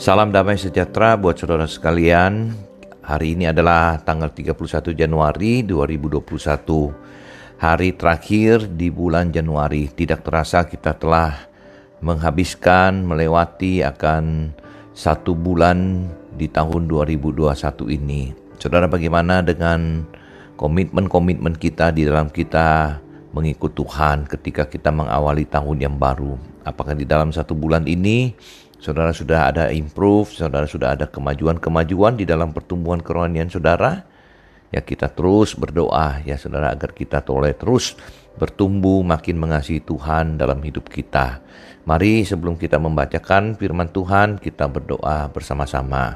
Salam damai sejahtera buat saudara sekalian. Hari ini adalah tanggal 31 Januari 2021. Hari terakhir di bulan Januari. Tidak terasa kita telah melewati akan satu bulan di tahun 2021 ini. Saudara, bagaimana dengan komitmen-komitmen kita di dalam kita mengikut Tuhan ketika kita mengawali tahun yang baru? Apakah di dalam satu bulan ini saudara sudah ada improve, saudara sudah ada kemajuan-kemajuan di dalam pertumbuhan kerohanian saudara? Ya, kita terus berdoa ya saudara, agar kita terus bertumbuh makin mengasihi Tuhan dalam hidup kita. Mari sebelum kita membacakan firman Tuhan, kita berdoa bersama-sama.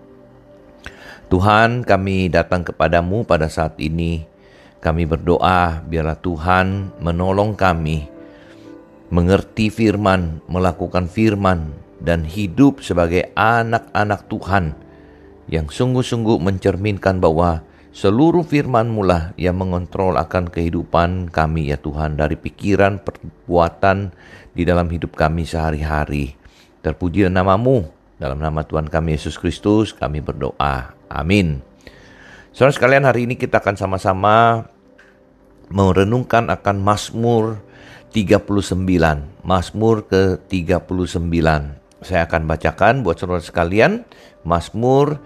Tuhan, kami datang kepadamu pada saat ini. Kami berdoa biarlah Tuhan menolong kami mengerti firman, melakukan firman, dan hidup sebagai anak-anak Tuhan yang sungguh-sungguh mencerminkan bahwa seluruh firman-Mu lah yang mengontrol akan kehidupan kami ya Tuhan, dari pikiran, perbuatan di dalam hidup kami sehari-hari. Terpuji nama-Mu, dalam nama Tuhan kami Yesus Kristus kami berdoa. Amin. Saudara sekalian, hari ini kita akan sama-sama merenungkan akan Mazmur 39, Mazmur ke-39. Saya akan bacakan buat saudara sekalian, Mazmur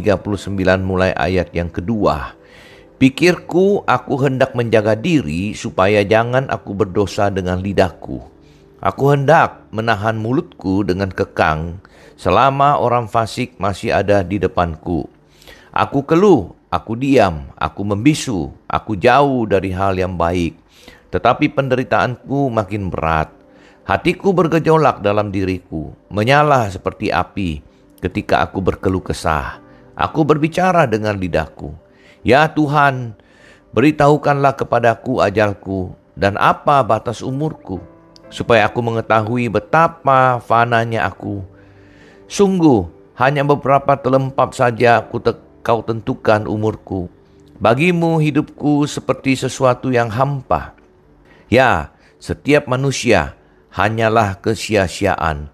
39 mulai ayat yang kedua. Pikirku, aku hendak menjaga diri supaya jangan aku berdosa dengan lidahku. Aku hendak menahan mulutku dengan kekang selama orang fasik masih ada di depanku. Aku keluh, aku diam, aku membisu, aku jauh dari hal yang baik. Tetapi penderitaanku makin berat. Hatiku bergejolak dalam diriku, menyala seperti api ketika aku berkeluh kesah. Aku berbicara dengan lidahku. Ya Tuhan, beritahukanlah kepadaku ajalku dan apa batas umurku, supaya aku mengetahui betapa fananya aku. Sungguh, hanya beberapa telempap saja kau tentukan umurku. Bagimu hidupku seperti sesuatu yang hampa. Ya, setiap manusia hanyalah kesia-siaan.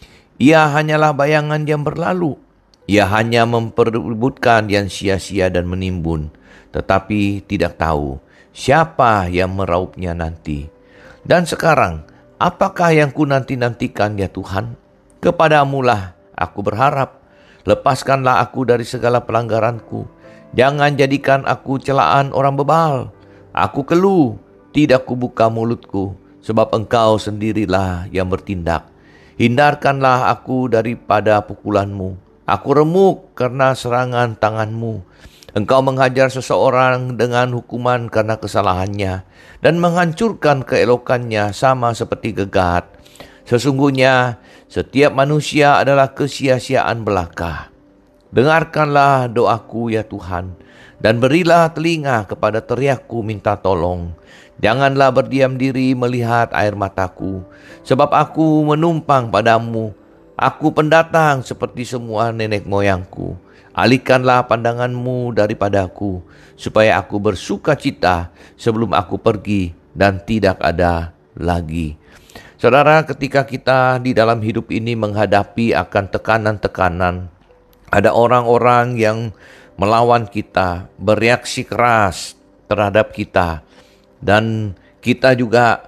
Ia hanyalah bayangan yang berlalu. Ia hanya memperebutkan yang sia-sia dan menimbun, tetapi tidak tahu siapa yang meraupnya nanti. Dan sekarang, apakah yang ku nanti-nantikan ya Tuhan? Kepadamu-lah aku berharap. Lepaskanlah aku dari segala pelanggaranku. Jangan jadikan aku celaan orang bebal. Aku keluh, tidak kubuka mulutku, sebab Engkau sendirilah yang bertindak. Hindarkanlah aku daripada pukulan-Mu. Aku remuk karena serangan tangan-Mu. Engkau menghajar seseorang dengan hukuman karena kesalahannya, dan menghancurkan keelokannya sama seperti gegat. Sesungguhnya setiap manusia adalah kesia-siaan belaka. Dengarkanlah doaku ya Tuhan, dan berilah telinga kepada teriakku minta tolong. Janganlah berdiam diri melihat air mataku, sebab aku menumpang padamu. Aku pendatang seperti semua nenek moyangku. Alihkanlah pandangan-Mu daripadaku, supaya aku bersuka cita sebelum aku pergi dan tidak ada lagi. Saudara, ketika kita di dalam hidup ini menghadapi akan tekanan-tekanan, ada orang-orang yang melawan kita, bereaksi keras terhadap kita. Dan kita juga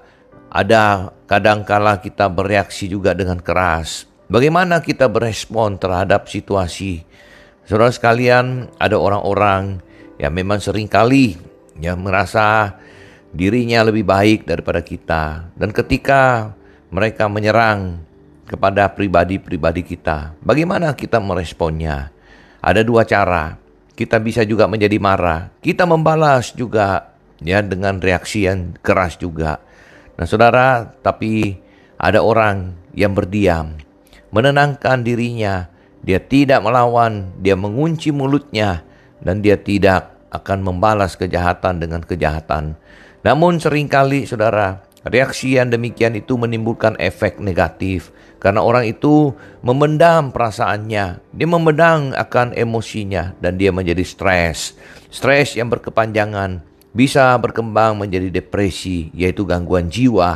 ada kadangkala kita bereaksi juga dengan keras. Bagaimana kita berespon terhadap situasi? Saudara sekalian, ada orang-orang yang memang seringkali yang merasa dirinya lebih baik daripada kita. Dan ketika mereka menyerang kepada pribadi-pribadi kita, bagaimana kita meresponnya? Ada dua cara. Kita bisa juga menjadi marah. Kita membalas juga ya dengan reaksi yang keras juga. Nah saudara, tapi ada orang yang berdiam, menenangkan dirinya. Dia tidak melawan, dia mengunci mulutnya, dan dia tidak akan membalas kejahatan dengan kejahatan. Namun seringkali saudara, reaksi yang demikian itu menimbulkan efek negatif. Karena orang itu memendam perasaannya, dia memendam akan emosinya, dan dia menjadi stres. Stres yang berkepanjangan bisa berkembang menjadi depresi, yaitu gangguan jiwa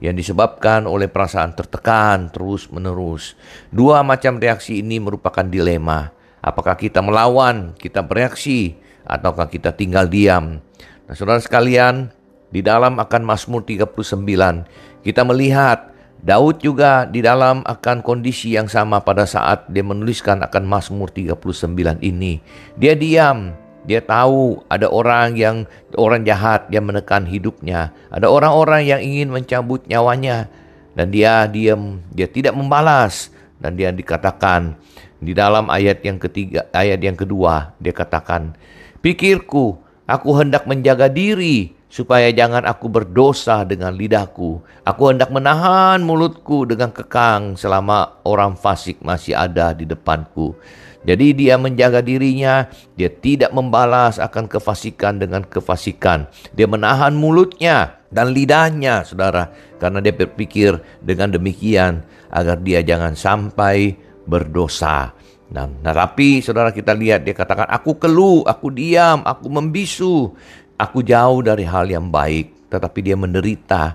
yang disebabkan oleh perasaan tertekan terus-menerus. Dua macam reaksi ini merupakan dilema. Apakah kita melawan, kita bereaksi, ataukah kita tinggal diam? Nah, saudara sekalian, di dalam akan Mazmur 39, kita melihat Daud juga di dalam akan kondisi yang sama pada saat dia menuliskan akan Mazmur 39 ini. Dia diam, dia tahu ada orang jahat yang menekan hidupnya, ada orang-orang yang ingin mencabut nyawanya, dan dia diam, dia tidak membalas. Dan dia dikatakan di dalam ayat yang kedua, dia katakan, "Pikirku, aku hendak menjaga diri, supaya jangan aku berdosa dengan lidahku. Aku hendak menahan mulutku dengan kekang selama orang fasik masih ada di depanku." Jadi dia menjaga dirinya, dia tidak membalas akan kefasikan dengan kefasikan. Dia menahan mulutnya dan lidahnya, saudara, karena dia berpikir dengan demikian agar dia jangan sampai berdosa. Nah, tapi saudara, kita lihat dia katakan, "Aku keluh, aku diam, aku membisu. Aku jauh dari hal yang baik." Tetapi dia menderita,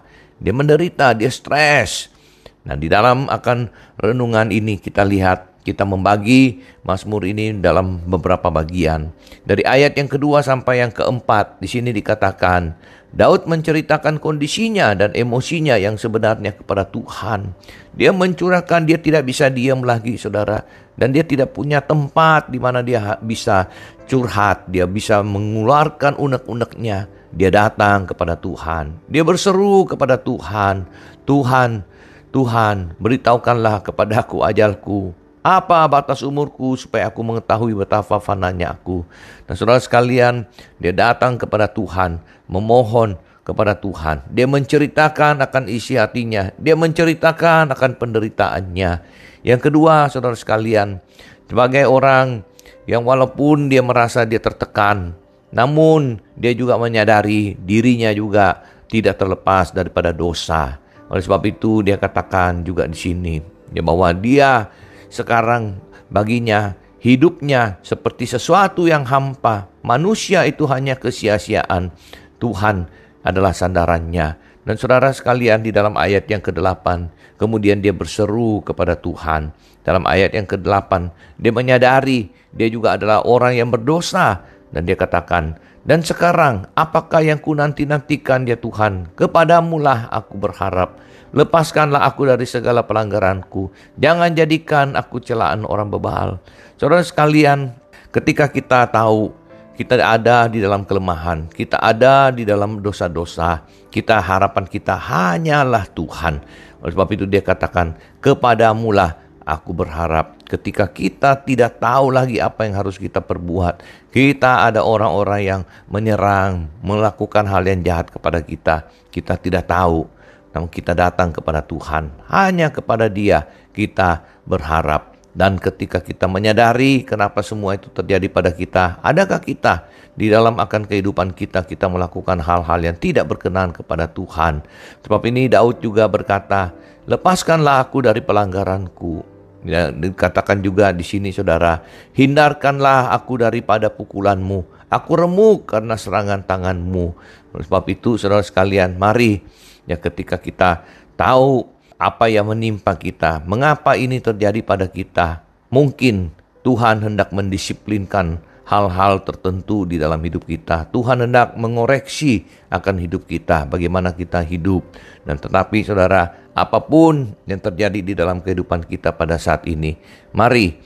dia stres. Nah, di dalam akan renungan ini kita lihat, kita membagi Mazmur ini dalam beberapa bagian. Dari ayat yang kedua sampai yang keempat, di sini dikatakan, Daud menceritakan kondisinya dan emosinya yang sebenarnya kepada Tuhan. Dia mencurahkan, dia tidak bisa diam lagi, saudara. Dan dia tidak punya tempat di mana dia bisa curhat, dia bisa mengeluarkan unek-uneknya. Dia datang kepada Tuhan. Dia berseru kepada Tuhan, "Tuhan, Tuhan, beritahukanlah kepadaku ajalku. Apa batas umurku supaya aku mengetahui betapa fananya aku." Dan saudara sekalian, dia datang kepada Tuhan, memohon kepada Tuhan. Dia menceritakan akan isi hatinya. Dia menceritakan akan penderitaannya. Yang kedua, saudara sekalian, sebagai orang yang walaupun dia merasa dia tertekan, namun dia juga menyadari dirinya juga tidak terlepas daripada dosa. Oleh sebab itu dia katakan juga di sini, bahwa dia sekarang baginya hidupnya seperti sesuatu yang hampa. Manusia itu hanya kesia-siaan. Tuhan adalah sandarannya. Dan saudara sekalian, di dalam ayat yang ke-8, kemudian dia berseru kepada Tuhan. Dalam ayat yang ke-8, dia menyadari dia juga adalah orang yang berdosa. Dan dia katakan, "Dan sekarang apakah yang ku nanti-nantikan ya Tuhan? Kepadamulah aku berharap. Lepaskanlah aku dari segala pelanggaranku. Jangan jadikan aku celaan orang bebal." Saudara sekalian, ketika kita tahu kita ada di dalam kelemahan, kita ada di dalam dosa-dosa, harapan kita hanyalah Tuhan. Oleh sebab itu dia katakan, "Kepadamulah aku berharap." Ketika kita tidak tahu lagi apa yang harus kita perbuat, kita ada orang-orang yang menyerang, melakukan hal yang jahat kepada kita. Kita tidak tahu, namun kita datang kepada Tuhan. Hanya kepada Dia kita berharap. Dan ketika kita menyadari kenapa semua itu terjadi pada kita, adakah kita di dalam akan kehidupan kita melakukan hal-hal yang tidak berkenan kepada Tuhan? Sebab ini Daud juga berkata, "Lepaskanlah aku dari pelanggaranku." Ya, dikatakan juga di sini, saudara, "Hindarkanlah aku daripada pukulanmu. Aku remuk karena serangan tanganmu." Oleh sebab itu, saudara sekalian, mari ketika kita tahu apa yang menimpa kita, mengapa ini terjadi pada kita, mungkin Tuhan hendak mendisiplinkan hal-hal tertentu di dalam hidup kita. Tuhan hendak mengoreksi akan hidup kita, bagaimana kita hidup. Dan tetapi saudara, apapun yang terjadi di dalam kehidupan kita pada saat ini, mari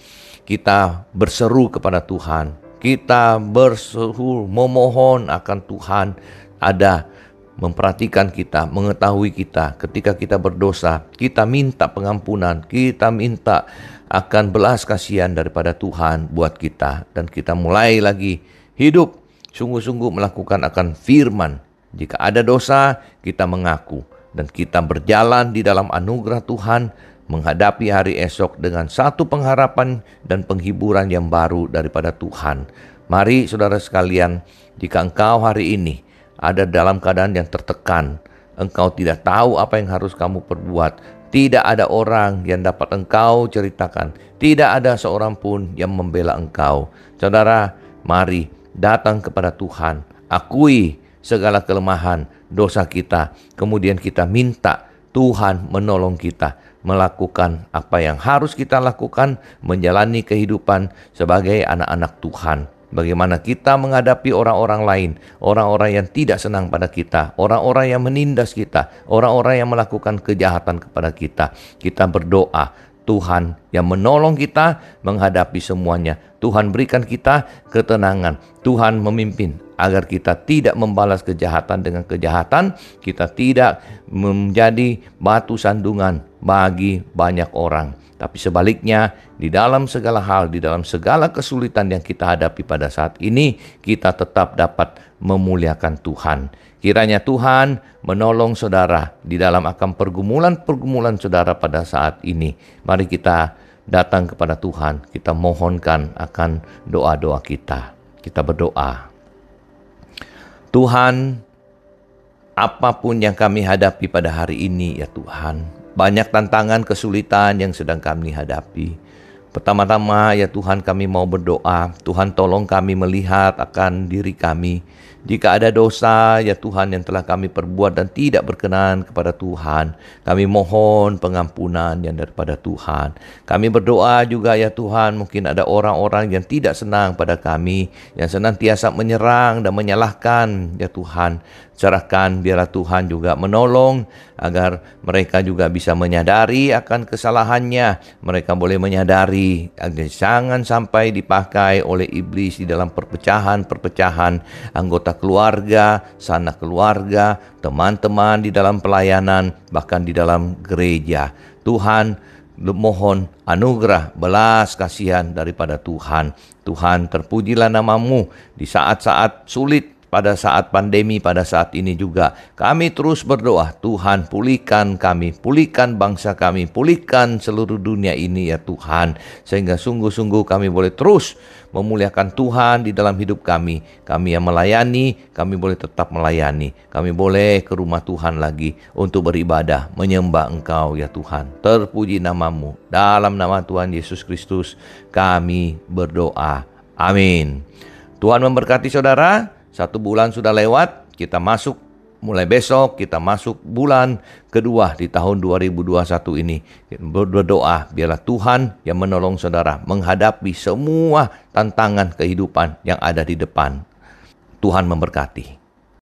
kita berseru kepada Tuhan. Kita berseru memohon akan Tuhan ada memperhatikan kita, mengetahui kita ketika kita berdosa. Kita minta pengampunan, kita minta akan belas kasihan daripada Tuhan buat kita. Dan kita mulai lagi hidup sungguh-sungguh melakukan akan firman. Jika ada dosa, kita mengaku. Dan kita berjalan di dalam anugerah Tuhan, menghadapi hari esok dengan satu pengharapan dan penghiburan yang baru daripada Tuhan. Mari saudara sekalian, jika engkau hari ini ada dalam keadaan yang tertekan, engkau tidak tahu apa yang harus kamu perbuat, tidak ada orang yang dapat engkau ceritakan, tidak ada seorang pun yang membela engkau. Saudara, mari datang kepada Tuhan, akui segala kelemahan, dosa kita, kemudian kita minta Tuhan menolong kita melakukan apa yang harus kita lakukan, menjalani kehidupan sebagai anak-anak Tuhan. Bagaimana kita menghadapi orang-orang lain, orang-orang yang tidak senang pada kita, orang-orang yang menindas kita, orang-orang yang melakukan kejahatan kepada kita. Kita berdoa, Tuhan yang menolong kita menghadapi semuanya. Tuhan berikan kita ketenangan. Tuhan memimpin agar kita tidak membalas kejahatan dengan kejahatan. Kita tidak menjadi batu sandungan bagi banyak orang. Tapi sebaliknya, di dalam segala hal, di dalam segala kesulitan yang kita hadapi pada saat ini, kita tetap dapat memuliakan Tuhan. Kiranya Tuhan menolong saudara di dalam akan pergumulan-pergumulan saudara pada saat ini. Mari kita datang kepada Tuhan, kita mohonkan akan doa-doa kita. Kita berdoa. Tuhan, apapun yang kami hadapi pada hari ini ya Tuhan, banyak tantangan kesulitan yang sedang kami hadapi. Pertama-tama ya Tuhan, kami mau berdoa, Tuhan tolong kami melihat akan diri kami. Jika ada dosa ya Tuhan yang telah kami perbuat dan tidak berkenan kepada Tuhan, kami mohon pengampunan yang daripada Tuhan. Kami berdoa juga ya Tuhan, mungkin ada orang-orang yang tidak senang pada kami, yang senantiasa menyerang dan menyalahkan ya Tuhan. Serahkan biarlah Tuhan juga menolong agar mereka juga bisa menyadari akan kesalahannya. Mereka boleh menyadari agar jangan sampai dipakai oleh iblis di dalam perpecahan-perpecahan anggota keluarga, sanak keluarga, teman-teman di dalam pelayanan, bahkan di dalam gereja. Tuhan, mohon anugerah belas kasihan daripada Tuhan. Tuhan, terpujilah namamu di saat-saat sulit. Pada saat pandemi, pada saat ini juga, kami terus berdoa, Tuhan pulihkan kami, pulihkan bangsa kami, pulihkan seluruh dunia ini ya Tuhan. Sehingga sungguh-sungguh kami boleh terus memuliakan Tuhan di dalam hidup kami. Kami yang melayani, kami boleh tetap melayani. Kami boleh ke rumah Tuhan lagi untuk beribadah, menyembah Engkau ya Tuhan. Terpuji namamu, dalam nama Tuhan Yesus Kristus kami berdoa. Amin. Tuhan memberkati saudara. 1 bulan sudah lewat, kita masuk mulai besok, kita masuk bulan kedua di tahun 2021 ini. Berdoa biarlah Tuhan yang menolong saudara menghadapi semua tantangan kehidupan yang ada di depan. Tuhan memberkati.